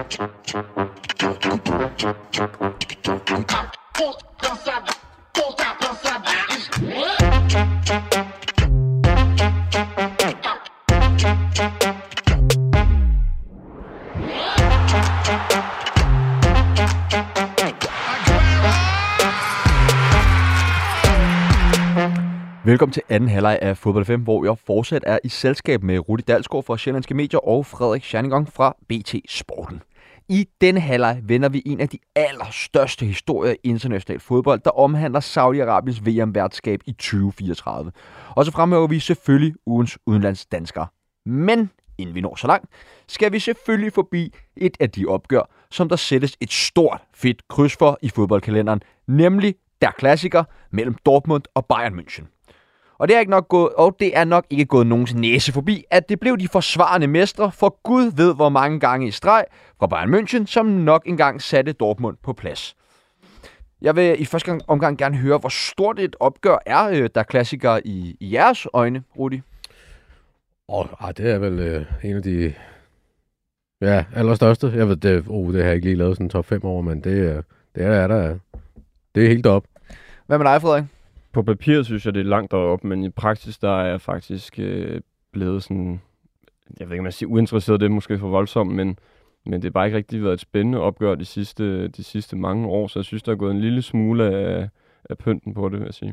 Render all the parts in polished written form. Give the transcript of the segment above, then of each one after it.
Velkommen til anden halvleg af Fodbold FM, hvor jeg fortsat er i selskab med Rudi Dalsgaard fra Sjællandske Medier og Frederik Scherningong fra BT Sporten. I denne halvleg vender vi en af de allerstørste historier i international fodbold, der omhandler Saudi-Arabiens VM-værtskab i 2034. Og så fremhæver vi selvfølgelig ugens udenlandsdanskere. Men inden vi når så langt, skal vi selvfølgelig forbi et af de opgør, som der sættes et stort fedt kryds for i fodboldkalenderen, nemlig der klassiker mellem Dortmund og Bayern München. Og det er nok ikke gået nogens næse forbi, at det blev de forsvarende mestre, for Gud ved hvor mange gange i streg fra Bayern München, som nok engang satte Dortmund på plads. Jeg vil i første omgang gerne høre, hvor stort et opgør er der klassikere i jeres øjne, Rudi? Det er vel en af de allerstørste. Jeg ved, det har jeg ikke lige lavet sådan en top 5 over, men det er helt op. Hvad med dig, Frederik? På papiret synes jeg, det er langt deroppe, men i praksis, der er jeg faktisk blevet sådan, jeg ved ikke, om jeg siger uinteresseret, det er måske for voldsomt, men det har bare ikke rigtig været et spændende opgør de sidste mange år, så jeg synes, der er gået en lille smule af pynten på det, vil jeg sige.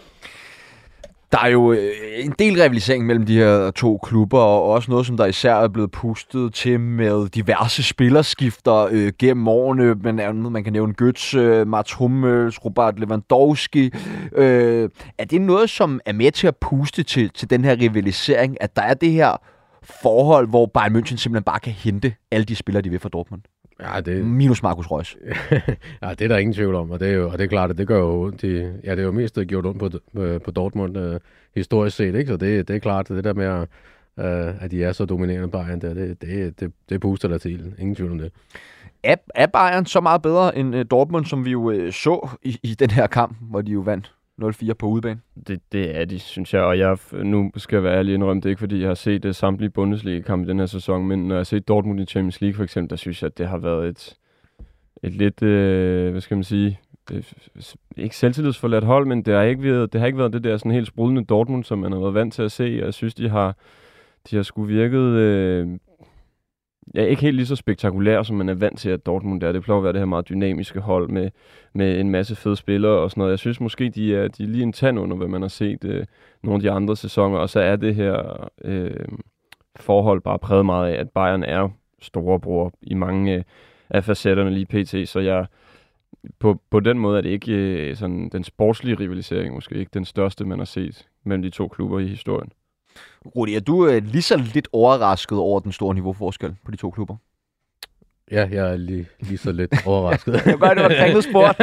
Der er jo en del rivalisering mellem de her to klubber, og også noget, som der især er blevet pustet til med diverse spillerskifter gennem årene. Man kan nævne Götze, Mats Hummels, Robert Lewandowski. Er det noget, som er med til at puste til den her rivalisering, at der er det her forhold, hvor Bayern München simpelthen bare kan hente alle de spillere, de vil fra Dortmund? Ja, minus Marcus Reus. Ja, det er der ingen tvivl om, og det er klart, at det gør jo ondt. Det er jo mest gjort ondt på Dortmund historisk set, ikke? Så det er klart, at det der med, at de er så dominerende Bayern der, det puster der til. Ingen tvivl om det. Er Bayern så meget bedre end Dortmund, som vi jo så i den her kamp, hvor de jo vandt 0-4 på udebane? Det er de, synes jeg, og nu skal jeg være ærlig indrømme, det er ikke fordi, jeg har set samtlige Bundesliga-kampe i den her sæson, men når jeg har set Dortmund i Champions League for eksempel, der synes jeg, at det har været et lidt, hvad skal man sige, ikke selvtillidsforladt hold, men det har ikke været det der sådan helt sprudlende Dortmund, som man har været vant til at se, og jeg synes, de har sgu virket ikke helt lige så spektakulær, som man er vant til, at Dortmund er. Det plejer at være det her meget dynamiske hold med en masse fede spillere og sådan noget. Jeg synes måske, de er lige en tand under, hvad man har set nogle af de andre sæsoner. Og så er det her forhold bare præget meget af, at Bayern er storebror i mange af facetterne lige pt. Så på den måde er det ikke sådan den sportslige rivalisering, måske ikke den største, man har set mellem de to klubber i historien. Rudi, er du lige så lidt overrasket over den store niveauforskel på de to klubber? Ja, jeg er lige så lidt overrasket. Jeg gør det var kringlet sport.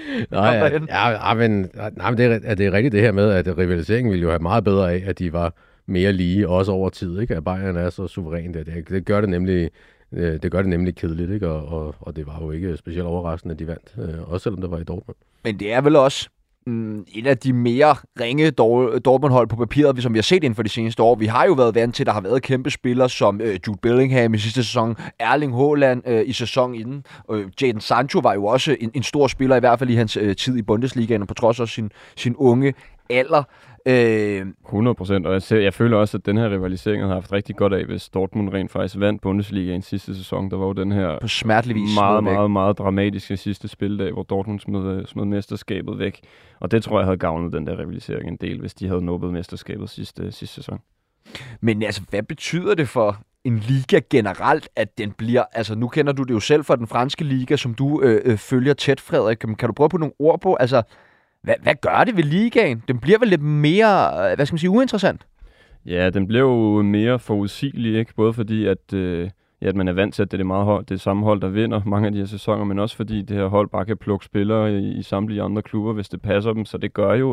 men det er rigtigt det her med, at rivaliseringen ville jo have meget bedre af, at de var mere lige, også over tid, ikke? At Bayern er så suveræn. Det gør det nemlig kedeligt, ikke? Og det var jo ikke specielt overraskende, at de vandt, også selvom det var i Dortmund. Men det er vel også et af de mere ringe Dortmund-hold på papiret, som vi har set inden for de seneste år. Vi har jo været vant til, at der har været kæmpe spillere som Jude Bellingham i sidste sæson, Erling Haaland i sæsonen inden. Jadon Sancho var jo også en stor spiller, i hvert fald i hans tid i Bundesligaen, på trods af sin unge alder. 100%, og jeg føler også, at den her rivalisering har haft rigtig godt af, hvis Dortmund rent faktisk vandt Bundesligaen sidste sæson. Der var jo den her på smerteligvis meget dramatiske sidste spildag, hvor Dortmund smed mesterskabet væk. Og det tror jeg havde gavnet den der rivalisering en del, hvis de havde nåbet mesterskabet sidste sæson. Men altså, hvad betyder det for en liga generelt, at den bliver, altså nu kender du det jo selv fra den franske liga, som du følger tæt, Frederik. Kan du prøve på nogle ord på, altså hvad gør det ved ligaen? Den bliver vel lidt mere, hvad skal man sige, uinteressant? Ja, den bliver jo mere forudsigelig, ikke? Både fordi, at man er vant til, at det er det samme hold, der vinder mange af de her sæsoner, men også fordi det her hold bare kan plukke spillere i samtlige andre klubber, hvis det passer dem. Så det gør jo,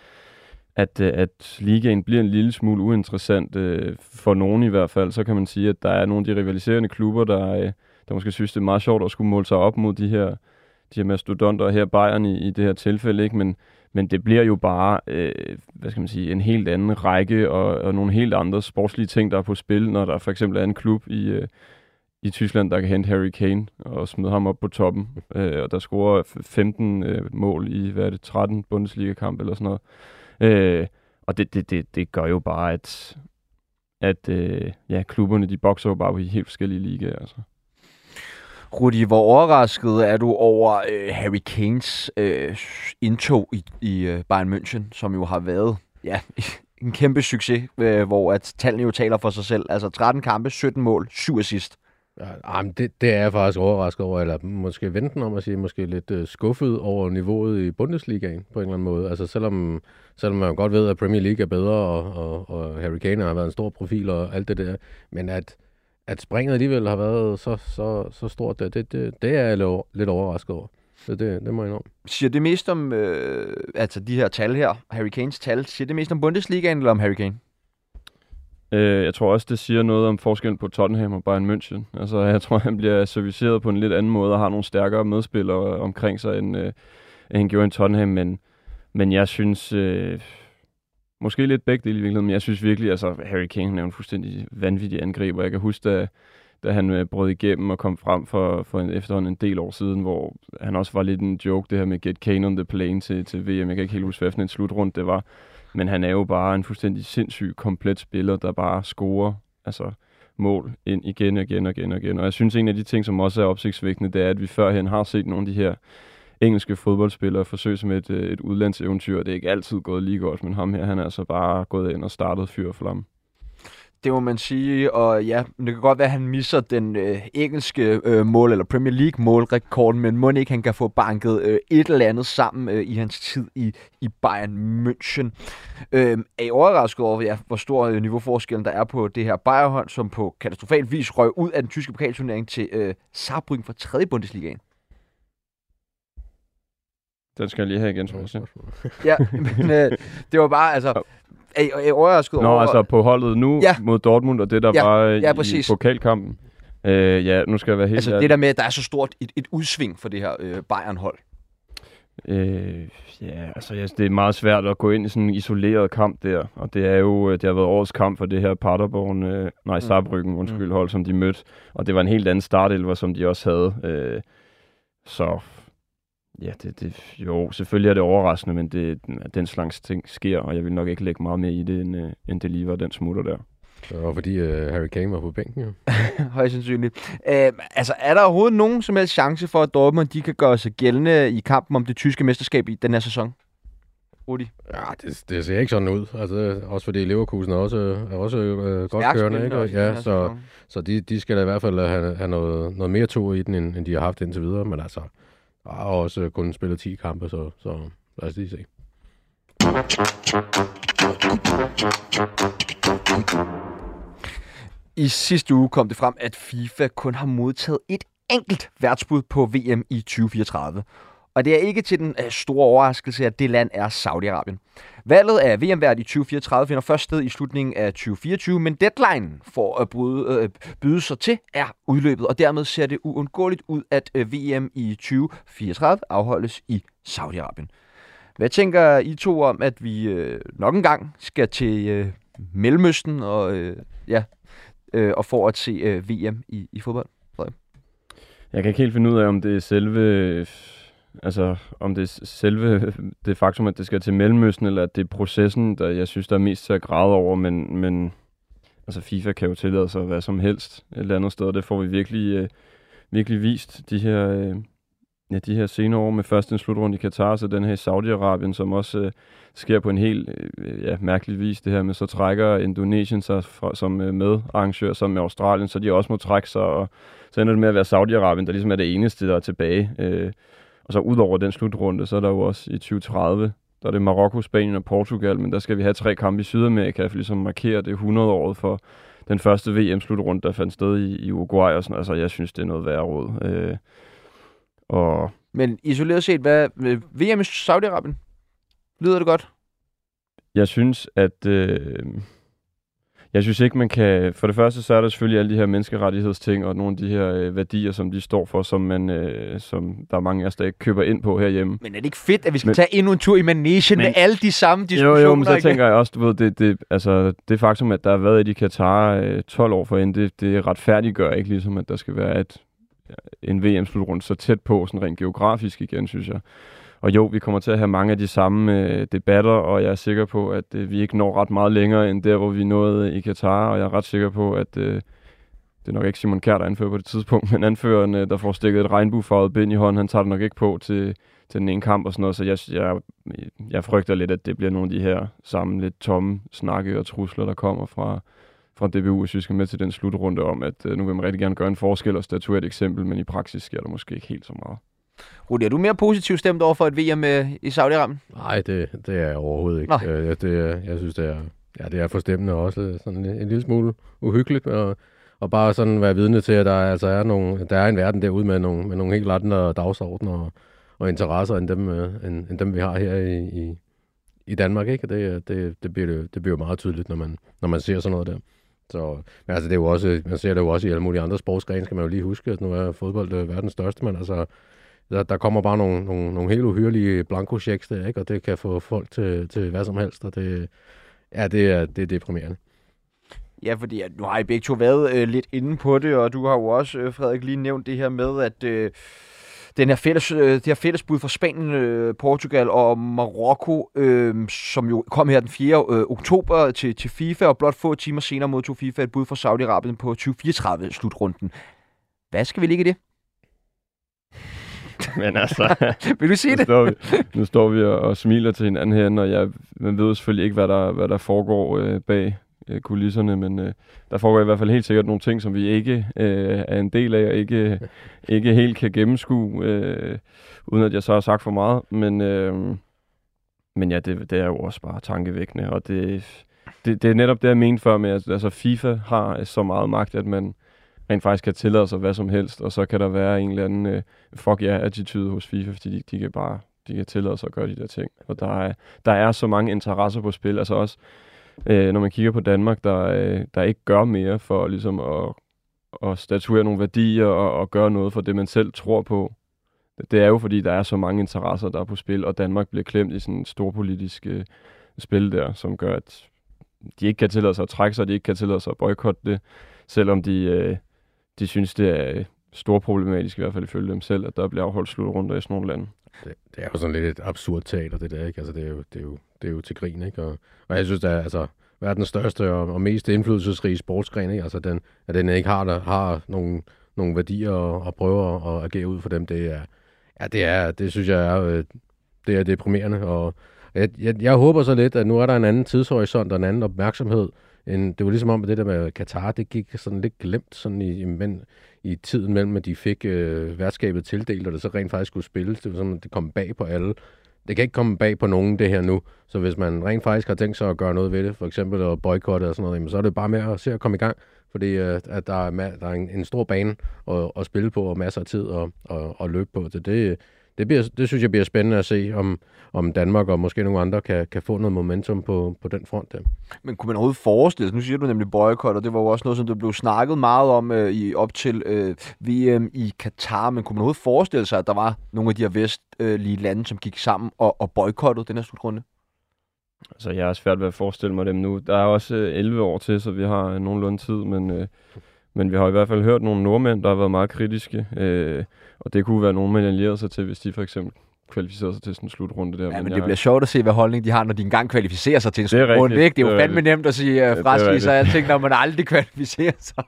at ligaen bliver en lille smule uinteressant for nogen i hvert fald. Så kan man sige, at der er nogle af de rivaliserende klubber, der måske synes, det er meget sjovt at skulle måle sig op mod de her mastodonter her, Bayern i det her tilfælde, ikke? Men det bliver jo bare, hvad skal man sige, en helt anden række og nogle helt andre sportslige ting, der er på spil, når der for eksempel er en klub i Tyskland, der kan hente Harry Kane og smide ham op på toppen. Og der scorer 15 mål i, 13 Bundesliga-kamp eller sådan noget. Og det gør jo bare, at klubberne, de bokser jo bare i helt forskellige ligaer. Altså. Rudi, hvor overrasket er du over Harry Kanes indtog i Bayern München, som jo har været en kæmpe succes, hvor at tallene jo taler for sig selv. Altså 13 kampe, 17 mål, 7 assist. Ja, det er jeg faktisk overrasket over, eller måske venten om at sige, måske lidt skuffet over niveauet i Bundesligaen på en eller anden måde. Altså selvom man godt ved, at Premier League er bedre, og Harry Kane har været en stor profil og alt det der, men at springet alligevel har været så stort, det er jeg lidt overrasket over. Det må jeg indrømme. Siger det mest om, altså de her tal her, Harry Kanes tal, siger det mest om Bundesligaen eller om Harry Kane? Jeg tror også, det siger noget om forskellen på Tottenham og Bayern München. Altså, jeg tror, han bliver serviceret på en lidt anden måde og har nogle stærkere medspillere omkring sig, end han gjorde i Tottenham. Men jeg synes, måske lidt begge dele i virkeligheden, men jeg synes virkelig, altså Harry Kane er en fuldstændig vanvittig angriber. Jeg kan huske, da han brød igennem og kom frem for efterhånden en del år siden, hvor han også var lidt en joke, det her med get Kane on the plane til VM. Jeg kan ikke helt huske, hvad en slutrunde det var. Men han er jo bare en fuldstændig sindssyg, komplet spiller, der bare scorer mål ind igen og igen. Og jeg synes, en af de ting, som også er opsigtsvækkende, det er, at vi førhen har set nogle af de her engelske fodboldspillere forsøge sig med et udlandseventyr. Det er ikke altid gået lige godt, men ham her, han er altså bare gået ind og startet fyr og flamme. Det må man sige, og ja, det kan godt være, at han misser den engelske mål, eller Premier League målrekorden, men må ikke han kan få banket et eller andet sammen i hans tid i Bayern München. Er I overrasket over, hvor stor niveauforskellen der er på det her Bayern-hold, som på katastrofal vis røg ud af den tyske pokalturnering til Saarbrücken fra 3. Bundesligaen? Den skal jeg lige have igen, tror jeg. Ja, men det var bare, altså... Er I overrasket over... Altså på holdet nu mod Dortmund, og det der var i pokalkampen. Nu skal jeg være helt altså det der med, at der er så stort et udsving for det her Bayern-hold. Det er meget svært at gå ind i sådan en isoleret kamp der. Og det er jo, det har været årets kamp for det her Paderborn, Saarbrücken, hold, som de mødte. Og det var en helt anden startelver, som de også havde. Ja, jo, selvfølgelig er det overraskende, men den slags ting sker, og jeg vil nok ikke lægge meget mere i det, end det lige var den smutter der. Og fordi Harry Kane var på bænken, jo. Højst sandsynligt. Er der overhovedet nogen som helst chance for, at Dortmund de kan gøre sig gældende i kampen om det tyske mesterskab i den her sæson? Rudi? Ja, det ser ikke sådan ud. Altså, også fordi Leverkusen er også godt kørende, ikke? Ja, så de skal da i hvert fald have noget mere tur i den, end de har haft indtil videre, men altså... Jeg har også kun spillet 10 kampe, så lad os lige se. I sidste uge kom det frem, at FIFA kun har modtaget et enkelt værtsbud på VM i 2034. Og det er ikke til den store overraskelse, at det land er Saudi-Arabien. Valget af VM-vært i 2034 finder først sted i slutningen af 2024, men deadline for at byde sig til er udløbet, og dermed ser det uundgåeligt ud, at VM i 2034 afholdes i Saudi-Arabien. Hvad tænker I to om, at vi nok en gang skal til Mellemøsten og for at se VM i fodbold? Frederik? Jeg kan ikke helt finde ud af, om det er selve det faktum, at det skal til Mellemøsten, eller at det er processen, der jeg synes, der er mest til at græde over, men altså FIFA kan jo tillade sig hvad som helst et eller andet sted, og det får vi virkelig vist de her senere år med først en slutrunde i Katar, så den her i Saudi-Arabien, som også sker på en helt mærkelig vis, det her med, så trækker Indonesien sig som medarrangør sammen med Australien, så de også må trække sig, og så ender det med at være Saudi-Arabien, der ligesom er det eneste, der er tilbage. Og så ud over den slutrunde, så er der jo også i 2030, der er det Marokko, Spanien og Portugal, men der skal vi have 3 kampe i Sydamerika, for ligesom markere det 100-året for den første VM-slutrunde, der fandt sted i Uruguay og sådan. Altså, jeg synes, det er noget værre råd. Men isoleret set, hvad VM i Saudi-Arabien? Lyder det godt? Jeg synes, at... Jeg synes ikke, man kan... For det første, så er der selvfølgelig alle de her menneskerettighedsting, og nogle af de her værdier, som de står for, som der er mange af os, der ikke køber ind på herhjemme. Men er det ikke fedt, at vi skal tage endnu en tur i Manesien med alle de samme diskussioner? Jo, men så tænker jeg også, du ved, det faktum, at der har været i Katar 12 år forinden, det retfærdiggør ikke ligesom, at der skal være en VM-slutrunde så tæt på, sådan rent geografisk igen, synes jeg. Og jo, vi kommer til at have mange af de samme debatter, og jeg er sikker på, at vi ikke når ret meget længere end der, hvor vi nåede i Katar, og jeg er ret sikker på, at det er nok ikke Simon Kjær, der anfører på det tidspunkt, men anføreren, der får stikket et regnbuefarvet bind i hånden, han tager det nok ikke på til den ene kamp og sådan noget, så jeg frygter lidt, at det bliver nogle af de her samme lidt tomme snakke og trusler, der kommer fra DBU, hvis vi skal med til den slutrunde om, at nu vil man rigtig gerne gøre en forskel og statuere et eksempel, men i praksis sker der måske ikke helt så meget. Rudi, er du mere positivt stemt over for et VM i Saudi-Arabien? Nej, det er jeg overhovedet ikke. Jeg synes, det er forstemmende og også sådan en lille smule uhyggeligt, og bare sådan være vidne til, at der altså er en verden derude med nogle helt andre dagsordner og interesser end dem vi har her i Danmark, ikke? Det bliver jo meget tydeligt, når man ser sådan noget der. Så, men altså, det er jo også, man ser det jo også i alle mulige andre sportsgrene, skal man jo lige huske, at nu er fodbold verdens største, men altså, der kommer bare nogle helt uhyrlige blanko-checks der, ikke? Og det kan få folk til hvad som helst, og det er deprimerende. Ja, fordi nu har I begge to været lidt inde på det, og du har jo også, Frederik, lige nævnt det her med, at det her fællesbud fra Spanien, Portugal og Marokko, som jo kom her den 4. oktober til FIFA, og blot få timer senere modtog FIFA et bud fra Saudi-Arabien på 2034-slutrunden. Hvad skal vi ligge i det? Men altså... Vil du sige det? Nu står vi og smiler til hinanden herinde, og man ved jo selvfølgelig ikke, hvad der foregår bag kulisserne, men der foregår i hvert fald helt sikkert nogle ting, som vi ikke er en del af, og ikke helt kan gennemskue, uden at jeg så har sagt for meget. Men ja, det er jo også bare tankevækkende, og det er netop det, jeg mente før med, at altså, FIFA har så meget magt, at man rent faktisk kan tillade sig hvad som helst, og så kan der være en eller anden attitude hos FIFA, fordi de kan tillade sig at gøre de der ting. Og der er så mange interesser på spil, altså også når man kigger på Danmark, der ikke gør mere for ligesom at statuere nogle værdier og gøre noget for det, man selv tror på. Det er jo fordi, der er så mange interesser, der er på spil, og Danmark bliver klemt i sådan en storpolitisk spil der, som gør, at de ikke kan tillade sig at trække sig, de ikke kan tillade sig at boykotte det, selvom de synes, det er storproblematisk, i hvert fald ifølge dem selv, at der bliver afholdt slutrunder i sådan nogle lande. Det er jo sådan lidt et absurd teater, det der, ikke? Altså, det er jo til grin, ikke? Og jeg synes, det er altså verdens største og mest indflydelsesrige sportsgren, ikke? Altså, den ikke har nogle værdier og prøver at agere ud for dem, det synes jeg det er deprimerende. Og jeg håber så lidt, at nu er der en anden tidshorisont og en anden opmærksomhed. Det var ligesom om, at det der med Katar, det gik sådan lidt glemt sådan i tiden mellem, at de fik værtskabet tildelt, og det så rent faktisk skulle spilles. Det var sådan, at det kom bag på alle. Det kan ikke komme bag på nogen, det her nu. Så hvis man rent faktisk har tænkt sig at gøre noget ved det, for eksempel at boykotte og sådan noget, så er det bare med at se at komme i gang. Fordi at der er en stor bane at spille på, og masser af tid at løbe på. Så det synes jeg bliver spændende at se, om Danmark og måske nogle andre kan få noget momentum på den front der. Men kunne man overhovedet forestille sig, nu siger du nemlig boykot, og det var jo også noget, som der blev snakket meget om op til VM i Katar, men kunne man overhovedet forestille sig, at der var nogle af de her vestlige lande, som gik sammen og boykottede den her slutrunde? Altså, jeg er svært ved at forestille mig dem nu. Der er også 11 år til, så vi har nogenlunde tid, men vi har i hvert fald hørt nogle nordmænd, der har været meget kritiske, og det kunne være nogen, man allierede sig til, hvis de for eksempel kvalificerer sig til sådan en slutrunde der. Ja, men det bliver sjovt at se, hvad holdning de har, når de engang kvalificerer sig til en slutrunde, ikke? Det er jo fandme nemt at sige frasige sig alting, når man aldrig kvalificerer sig.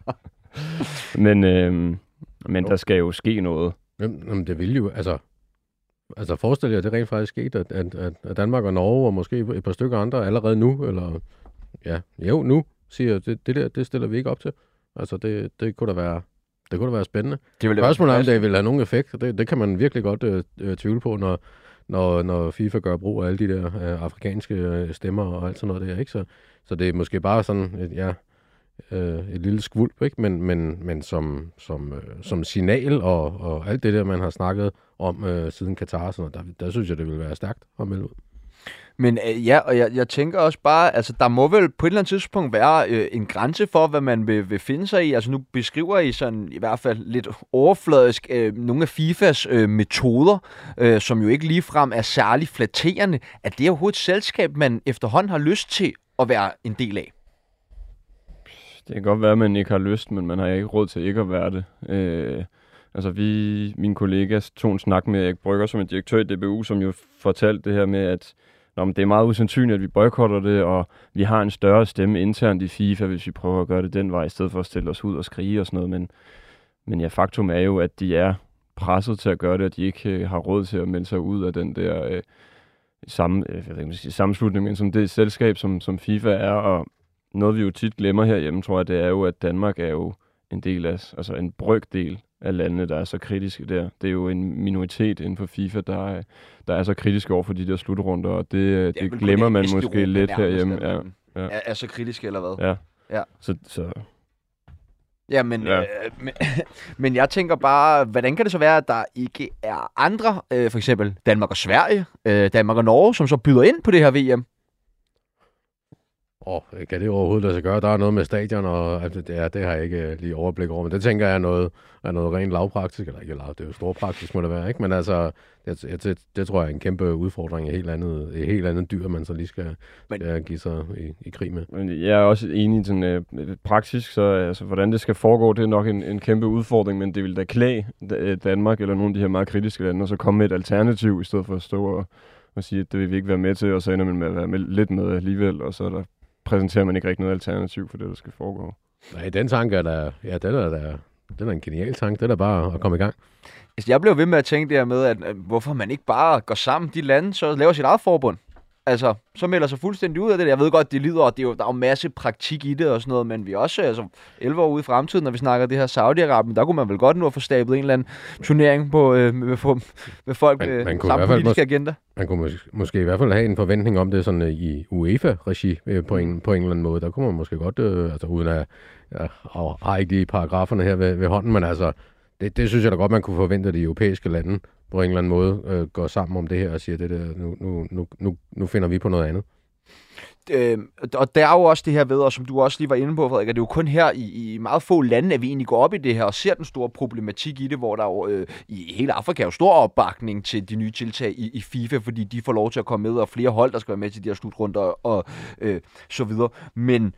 Men der skal jo ske noget. Jamen, det vil jo, altså forestil jer, at det rent faktisk skete, at Danmark og Norge, og måske et par stykker andre, allerede nu, eller nu, siger, det stiller vi ikke op til. Altså, det kunne da være spændende. Spørgsmålet om det vil have nogen effekt, det kan man virkelig godt tvivle på, når FIFA gør brug af alle de der afrikanske stemmer og alt sådan noget der, ikke? Så det er måske bare sådan et lille skvulp, ikke? Men som signal og alt det der, man har snakket om siden Katar, sådan noget, der synes jeg, det vil være stærkt at melde ud. Men ja, og jeg tænker også bare, altså der må vel på et eller andet tidspunkt være en grænse for, hvad man vil finde sig i. Altså nu beskriver I sådan i hvert fald lidt overfladisk nogle af FIFAs metoder, som jo ikke ligefrem er særlig flatterende. Er det overhovedet et selskab, man efterhånden har lyst til at være en del af? Det kan godt være, at man ikke har lyst, men man har ikke råd til ikke at være det. Altså mine kollegaer tog en snak med Erik Brygger, som er direktør i DBU, som jo fortalte det her med, at det er meget usandsynligt, at vi boykotter det, og vi har en større stemme internt i FIFA, hvis vi prøver at gøre det den vej, i stedet for at stille os ud og skrige og sådan noget. Men ja, faktum er jo, at de er presset til at gøre det, og de ikke har råd til at melde sig ud af den der sammenslutning, men som det selskab, som FIFA er. Og noget, vi jo tit glemmer herhjemme, tror jeg, det er jo, at Danmark er jo en del af, altså en brøkdel af landene, der er så kritiske der. Det er jo en minoritet inden for FIFA, der er så kritiske over for de der slutrunder, og det glemmer man måske lidt herhjemme. Ja. Er så kritiske, eller hvad? Ja. Så. Ja, men jeg tænker bare, hvordan kan det så være, at der ikke er andre, for eksempel Danmark og Sverige, Danmark og Norge, som så byder ind på det her VM? Kan det overhovedet lade sig gøre? Der er noget med stadion, og det har jeg ikke lige overblik over, men det tænker jeg er noget rent lavpraktisk, eller ikke lav, det er jo storpraktisk, må det være, ikke? Men altså, det tror jeg er en kæmpe udfordring, et helt andet dyr, man så lige skal give sig i krig med. Men jeg er også enig i sådan praktisk, så altså, hvordan det skal foregå, det er nok en kæmpe udfordring, men det vil da klæde Danmark, eller nogle af de her meget kritiske lande, og så komme med et alternativ, i stedet for at stå og sige, at det vil vi ikke være med til, og så ender man med at være lidt med alligevel, og så præsenterer man ikke rigtig noget alternativ for det, der skal foregå. Nej, den tanke er der, den er en genial tanke. Det er da bare at komme i gang. Altså, jeg blev ved med at tænke det her med, at hvorfor man ikke bare går sammen de lande, så laver sit eget forbund. Altså, så melder sig fuldstændig ud af det. Jeg ved godt, det lider, og der er jo masse praktik i det og sådan noget, men vi er også 11 år ude i fremtiden, når vi snakker det her Saudi-Arabien, der kunne man vel godt nu have fået stablet en eller anden turnering på, med folk med samme politiske agenda. Man kunne måske i hvert fald have en forventning om det sådan i UEFA-regi på en eller anden måde. Der kunne man måske godt, altså uden at jeg har ikke de paragraferne her ved hånden, men altså, det synes jeg da godt, man kunne forvente, at de europæiske lande på en eller anden måde går sammen om det her og siger, det der, nu finder vi på noget andet. Og der er jo også det her ved, og som du også lige var inde på, Frederik, at det er jo kun her i meget få lande, at vi egentlig går op i det her og ser den store problematik i det, hvor der jo i hele Afrika er jo stor opbakning til de nye tiltag i FIFA, fordi de får lov til at komme med, og flere hold, der skal være med til de her slutrunder og så videre. Men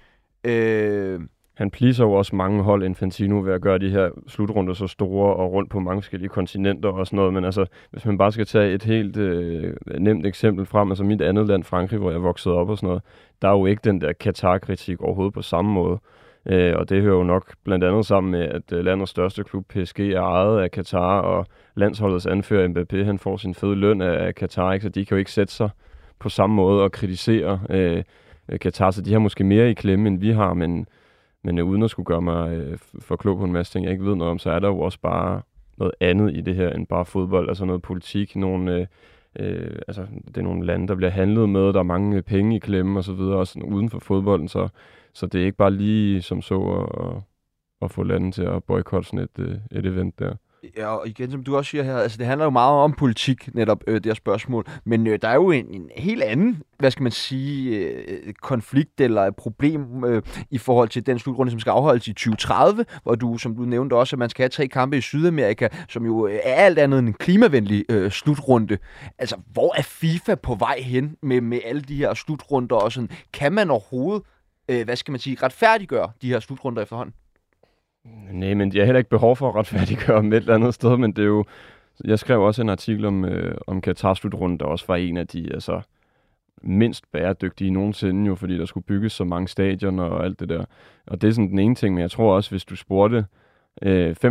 han pleaser jo også mange hold, Infantino, ved at gøre de her slutrunder så store og rundt på mange forskellige kontinenter og sådan noget. Men altså, hvis man bare skal tage et helt nemt eksempel frem, altså mit andet land, Frankrig, hvor jeg voksede op og sådan noget, der er jo ikke den der Katar-kritik overhovedet på samme måde. Og det hører jo nok blandt andet sammen med, at landets største klub, PSG, er ejet af Katar, og landsholdets anfører Mbappé, han får sin fede løn af Katar, ikke? Så de kan jo ikke sætte sig på samme måde og kritisere Katar, så de har måske mere i klemme, end vi har, men uden at skulle gøre mig for klog på en masse ting, jeg ikke ved noget om, så er der jo også bare noget andet i det her, end bare fodbold, altså noget politik, altså det er nogle lande, der bliver handlet med, der er mange penge i klemme og så videre, også uden for fodbolden, så det er ikke bare lige som så at få landet til at boykotte sådan et event der. Ja, og igen, som du også siger her, altså det handler jo meget om politik, netop det her spørgsmål, men der er jo en helt anden, hvad skal man sige, konflikt eller et problem i forhold til den slutrunde, som skal afholdes i 2030, hvor du, som du nævnte også, at man skal have 3 kampe i Sydamerika, som jo er alt andet end en klimavenlig slutrunde. Altså, hvor er FIFA på vej hen med alle de her slutrunder og sådan? Kan man overhovedet, hvad skal man sige, retfærdiggøre de her slutrunder efterhånden? Nej, men jeg har heller ikke behov for at retfærdiggøre med et eller andet sted, men det er jo... Jeg skrev også en artikel om Katar-slutrunden, der også var en af de mindst bæredygtige nogensinde, jo, fordi der skulle bygges så mange stadioner og alt det der. Og det er sådan den ene ting, men jeg tror også, hvis du spurgte 95%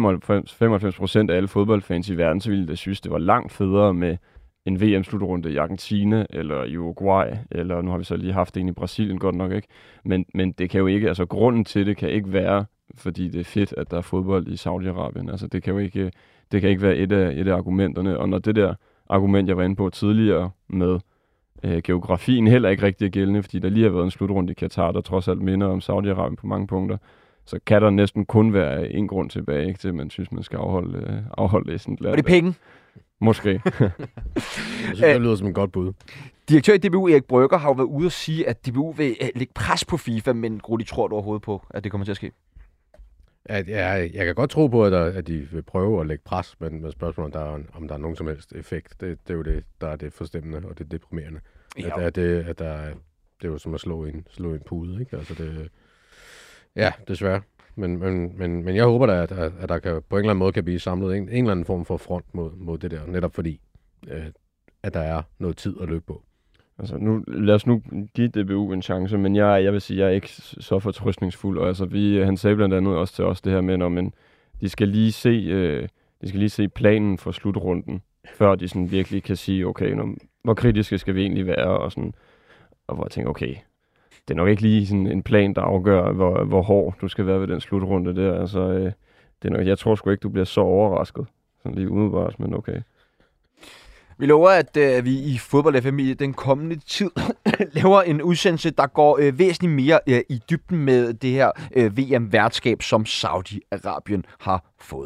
af alle fodboldfans i verden, så ville de synes, det var langt federe med en VM-slutrunde i Argentina eller i Uruguay, eller nu har vi så lige haft en i Brasilien, godt nok ikke. Men det kan jo ikke, altså grunden til det kan ikke være, fordi det er fedt, at der er fodbold i Saudi-Arabien. Altså det kan ikke være et af argumenterne. Og når det der argument, jeg var inde på tidligere med geografien heller ikke rigtig er gældende, fordi der lige har været en slutrunde i Katar, der trods alt minder om Saudi-Arabien på mange punkter, så kan der næsten kun være en grund tilbage, ikke, til at man synes, man skal afholde det i sådan et land. Og det er penge. Måske. Jeg synes, det lyder som et godt bud. Direktør i DBU, Erik Brygger, har jo været ude at sige, at DBU vil lægge pres på FIFA, men Rudi, tror du overhovedet på, at det kommer til at ske? Jeg kan godt tro på, at de vil prøve at lægge pres, men spørgsmålet om der er nogen som helst effekt. Det er jo det, der er det forstemmende og det deprimerende. Ja. Det er jo som at slå en pude, ikke? Altså det, ja, desværre. Men jeg håber da, at der kan, på en eller anden måde kan blive samlet en eller anden form for front mod det der, netop fordi, at der er noget tid at løbe på. Altså lad os nu give DBU en chance, men jeg vil sige, at jeg er ikke så fortrøstningsfuld. Og altså, han sagde blandt andet også til os det her med, men de skal lige se planen for slutrunden, før de sådan virkelig kan sige, okay, hvor kritiske skal vi egentlig være, og hvor jeg tænker, okay, det er nok ikke lige sådan en plan, der afgør, hvor hård du skal være ved den slutrunde der. Altså, jeg tror sgu ikke, du bliver så overrasket, sådan lige umiddelbart, men okay. Vi lover, at vi i Fodbold FM i den kommende tid laver en udsendelse, der går væsentligt mere i dybden med det her VM-værtskab, som Saudi-Arabien har fået.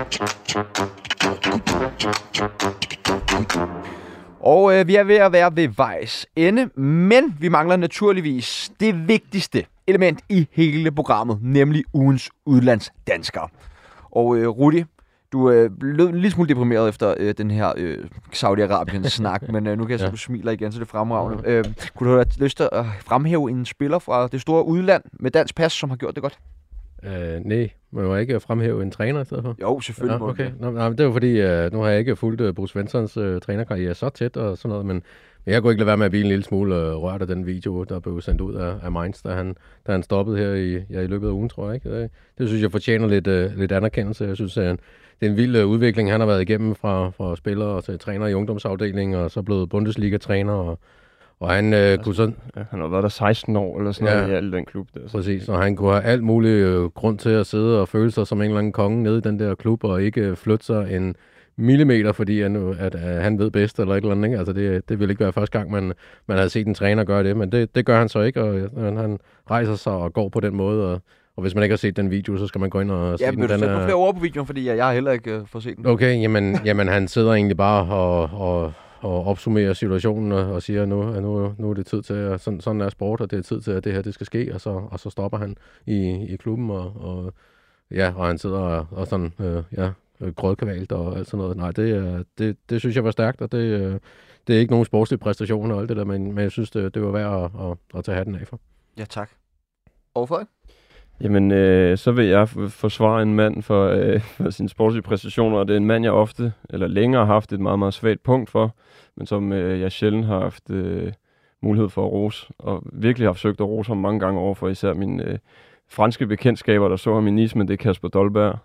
Og vi er ved at være ved vejs ende, men vi mangler naturligvis det vigtigste element i hele programmet, nemlig ugens udlandsdanskere. Og Rudi, du lød en lille smule deprimeret efter den her Saudi-Arabien-snak, men nu kan jeg se, at du smiler igen, så det er fremragende. Kunne du have lyst til at fremhæve en spiller fra det store udland med dansk pas, som har gjort det godt? Nej, må jeg ikke fremhæve en træner i stedet for? Jo, selvfølgelig. Ja, okay. Det er jo fordi, nu har jeg ikke fulgt Bruce Svenssons trænerkarriere så tæt og sådan noget, men jeg kunne ikke lade være med at blive en lille smule rørt af den video, der blev sendt ud af Mainz, da han stoppede her i løbet af ugen, tror jeg. Ikke? Det synes jeg fortjener lidt anerkendelse. Jeg synes, det er en vild udvikling, han har været igennem fra spiller til træner i ungdomsafdelingen, og så blevet Bundesliga-træner, og han kunne sådan... Ja, han har været der 16 år eller sådan noget i al den klub. Der. Præcis, og han kunne have alt muligt grund til at sidde og føle sig som en eller anden konge nede i den der klub, og ikke flytte sig en millimeter, fordi at han ved bedst eller et eller andet. Ikke? Altså det ville ikke være første gang, man havde set en træner gøre det, men det gør han så ikke, og han rejser sig og går på den måde, og hvis man ikke har set den video, så skal man gå ind og se den. Ja, men du sætter flere ord på videoen, fordi jeg har heller ikke fået set den. Okay, jamen han sidder egentlig bare og opsummerer situationen og siger, at nu er det tid til, at sådan er sport, og det er tid til, at det her det skal ske, og så stopper han i klubben, og han sidder og sådan, grødkavalt og alt sådan noget. Nej, det synes jeg var stærkt, og det er ikke nogen sportslig præstation og alt det der, men jeg synes, det var værd at tage hatten af for. Ja, tak. Og Frederik? Jamen, så vil jeg forsvare en mand for sine sportslige præstationer, og det er en mand, jeg ofte, eller længere har haft et meget, meget svagt punkt for, men som jeg sjældent har haft mulighed for at rose, og virkelig har forsøgt at rose ham mange gange over for især mine franske bekendtskaber, der så ham i Nice, men det er Kasper Dolberg,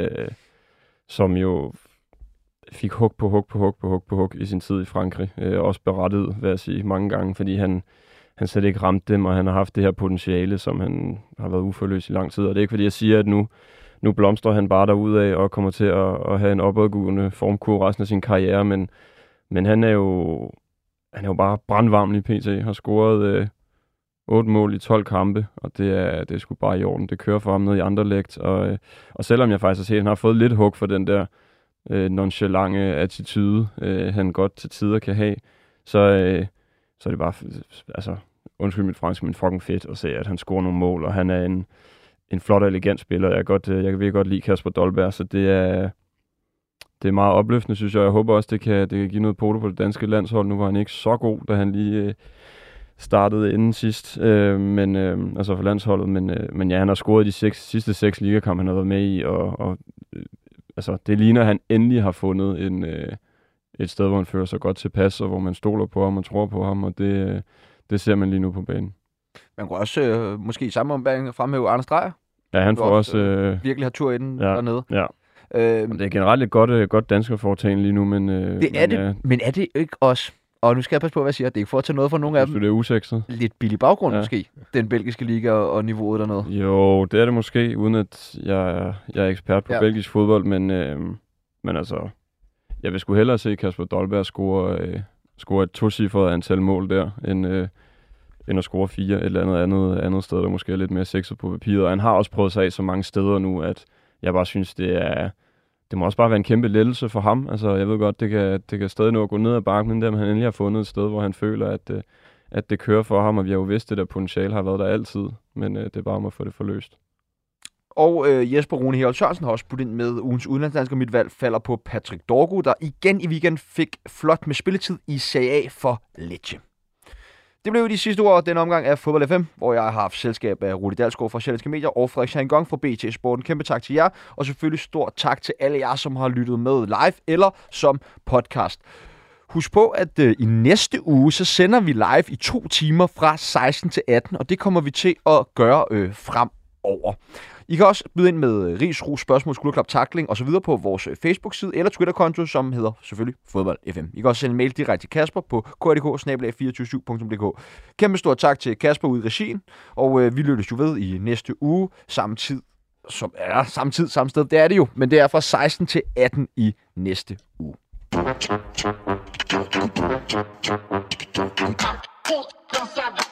som jo fik hug på hug i sin tid i Frankrig, også berettet, vil jeg sige, mange gange, fordi han slet ikke ramte dem, og han har haft det her potentiale, som han har været uforløs i lang tid. Og det er ikke fordi, jeg siger, at nu blomstrer han bare derudad og kommer til at have en opadgående formkurve resten af sin karriere, men han er jo bare brandvarm i PT, har scoret 8 mål i 12 kampe, og det er sgu bare i orden. Det kører for ham ned i Anderlecht, og selvom jeg faktisk har set, at han har fået lidt hug for den der nonchalante attitude, han godt til tider kan have, så er det bare, altså, undskyld mit fransk, men fucking fedt at se, at han scorer nogle mål, og han er en flot og elegant spiller. Jeg kan virkelig godt lide Kasper Dolberg, så det er meget opløftende, synes jeg. Jeg håber også, det kan give noget på det danske landshold. Nu var han ikke så god, da han lige startede inden sidst, altså for landsholdet, men ja, han har scoret de sidste 6 ligakampe, han har været med i, og altså, det ligner, at han endelig har fundet et sted, hvor han føler sig godt tilpas, og hvor man stoler på ham og tror på ham, og det ser man lige nu på banen. Man kunne også måske i samme ombæring fremhæve Arne Strejer. Ja, han får også virkelig har tur i den dernede. Ja. Det er generelt et godt danskerforetagende lige nu, men... det er det, men er det ikke også... Og nu skal jeg passe på, hvad jeg siger. Det er ikke for at tage noget fra nogen af dem. Det er usekset. Lidt billig baggrund måske, den belgiske liga og niveauet dernede. Jo, det er det måske, uden at jeg er ekspert på belgisk fodbold, men altså... Jeg vil sgu hellere se Kasper Dolberg score et tocifret antal mål der, end at score 4 et eller andet sted, der måske er lidt mere sexet på papiret. Og han har også prøvet sig af så mange steder nu, at jeg bare synes, det det må også bare være en kæmpe lettelse for ham. Altså, jeg ved godt, det kan stadig nå at gå ned ad bakken, men han endelig har fundet et sted, hvor han føler, at det kører for ham, og vi har jo vidst, det der potentiale har været der altid, men det er bare om at få det forløst. Og Jesper Rune Herold Sørensen har også puttet ind med ugens udenlandsdansker. Mit valg falder på Patrick Dorgu, der igen i weekend fik flot med spilletid i Serie A for Lecce. Det blev de sidste ord af denne omgang af Fodbold FM, hvor jeg har haft selskab af Rudi Dalsgaard fra Sjællandske Medier og Frederik Schanning fra BT Sporten. Kæmpe tak til jer, og selvfølgelig stort tak til alle jer, som har lyttet med live eller som podcast. Husk på, at i næste uge, så sender vi live i 2 timer fra 16 til 18, og det kommer vi til at gøre fremover. I kan også byde ind med ris, ros, spørgsmål, skulderklap, tackling og så videre på vores Facebook-side eller Twitter-konto, som hedder selvfølgelig Fodbold FM. I kan også sende en mail direkte til Kasper på krdk@247.dk. Kæmpe stort tak til Kasper ude i regien, og vi lyttes jo ved i næste uge, samme tid, samme sted. Det er det jo, men det er fra 16 til 18 i næste uge. Cool,